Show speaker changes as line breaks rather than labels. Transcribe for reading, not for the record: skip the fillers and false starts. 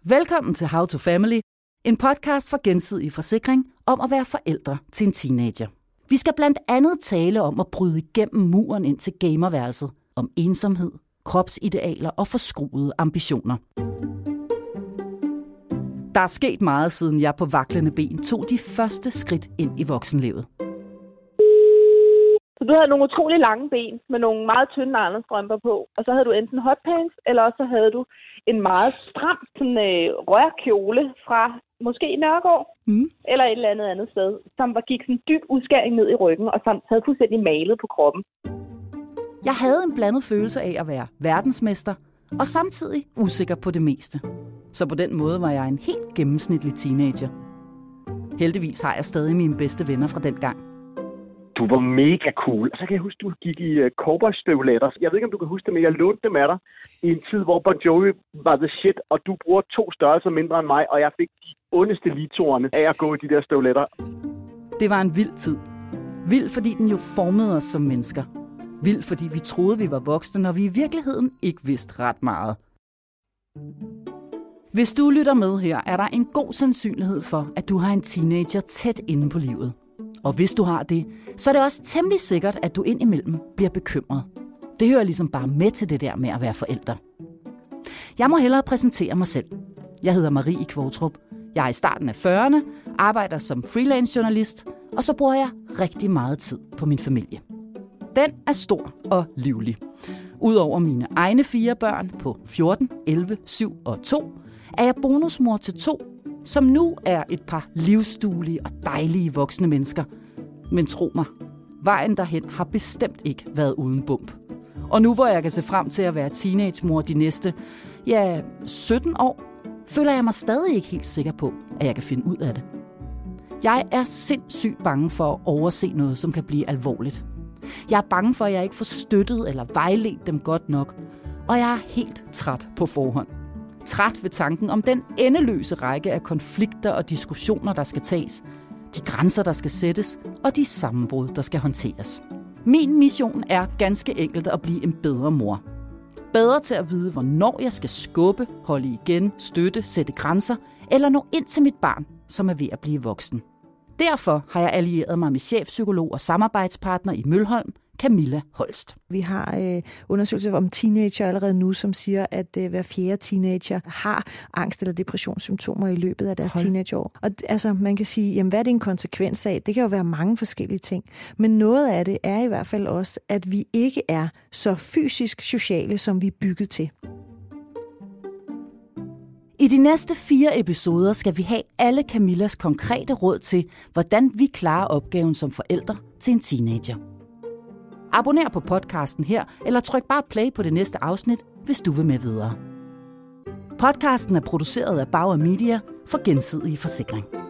Velkommen til How to Family, en podcast for gensidig forsikring om at være forældre til en teenager. Vi skal blandt andet tale om at bryde igennem muren ind til gamerværelset, om ensomhed, kropsidealer og forskruede ambitioner. Der er sket meget, siden jeg på vaklende ben tog de første skridt ind i voksenlivet.
Så du havde nogle utrolig lange ben med nogle meget tynde arnestrømper på, og så havde du enten hotpants, eller også så havde du en meget stram rørkjole fra måske Nørregård, eller et eller andet sted, som gik sådan dyb udskæring ned i ryggen, og som havde fuldstændig malet på kroppen.
Jeg havde en blandet følelse af at være verdensmester, og samtidig usikker på det meste. Så på den måde var jeg en helt gennemsnitlig teenager. Heldigvis har jeg stadig mine bedste venner fra den gang.
Du var mega cool. Og så kan jeg huske, du gik i cowboystøvletter. Jeg ved ikke, om du kan huske det, men jeg lånte dem af dig i en tid, hvor Bon Jovi var the shit, og du bruger 2 størrelser mindre end mig, og jeg fik de ondeste ligtårne af at gå i de der støvletter.
Det var en vild tid. Vild, fordi den jo formede os som mennesker. Vild, fordi vi troede, vi var voksne, når vi i virkeligheden ikke vidste ret meget. Hvis du lytter med her, er der en god sandsynlighed for, at du har en teenager tæt inde på livet. Og hvis du har det, så er det også temmelig sikkert, at du indimellem bliver bekymret. Det hører ligesom bare med til det der med at være forælder. Jeg må hellere præsentere mig selv. Jeg hedder Marie Kvortrup. Jeg er i starten af 40'erne, arbejder som freelance journalist, og så bruger jeg rigtig meget tid på min familie. Den er stor og livlig. Udover mine egne 4 børn på 14, 11, 7 og 2, er jeg bonusmor til 2, som nu er et par livsduelige og dejlige voksne mennesker. Men tro mig, vejen derhen har bestemt ikke været uden bump. Og nu hvor jeg kan se frem til at være teenagemor de næste, 17 år, føler jeg mig stadig ikke helt sikker på, at jeg kan finde ud af det. Jeg er sindssygt bange for at overse noget, som kan blive alvorligt. Jeg er bange for, at jeg ikke får støttet eller vejledt dem godt nok. Og jeg er helt træt på forhånd. Træt ved tanken om den endeløse række af konflikter og diskussioner, der skal tages, de grænser, der skal sættes, og de sammenbrud, der skal håndteres. Min mission er ganske enkelt at blive en bedre mor. Bedre til at vide, hvornår jeg skal skubbe, holde igen, støtte, sætte grænser, eller nå ind til mit barn, som er ved at blive voksen. Derfor har jeg allieret mig med chefpsykolog og samarbejdspartner i Mølholm, Camilla Holst.
Vi har undersøgelser om teenager allerede nu, som siger, at hver 4. teenager har angst- eller depressionssymptomer i løbet af deres teenageår. Og altså, man kan sige, jamen, hvad er det en konsekvens af? Det kan jo være mange forskellige ting. Men noget af det er i hvert fald også, at vi ikke er så fysisk sociale, som vi er bygget til.
I de næste 4 episoder skal vi have alle Camillas konkrete råd til, hvordan vi klarer opgaven som forældre til en teenager. Abonner på podcasten her, eller tryk bare play på det næste afsnit, hvis du vil med videre. Podcasten er produceret af Bauer Media for gensidig forsikring.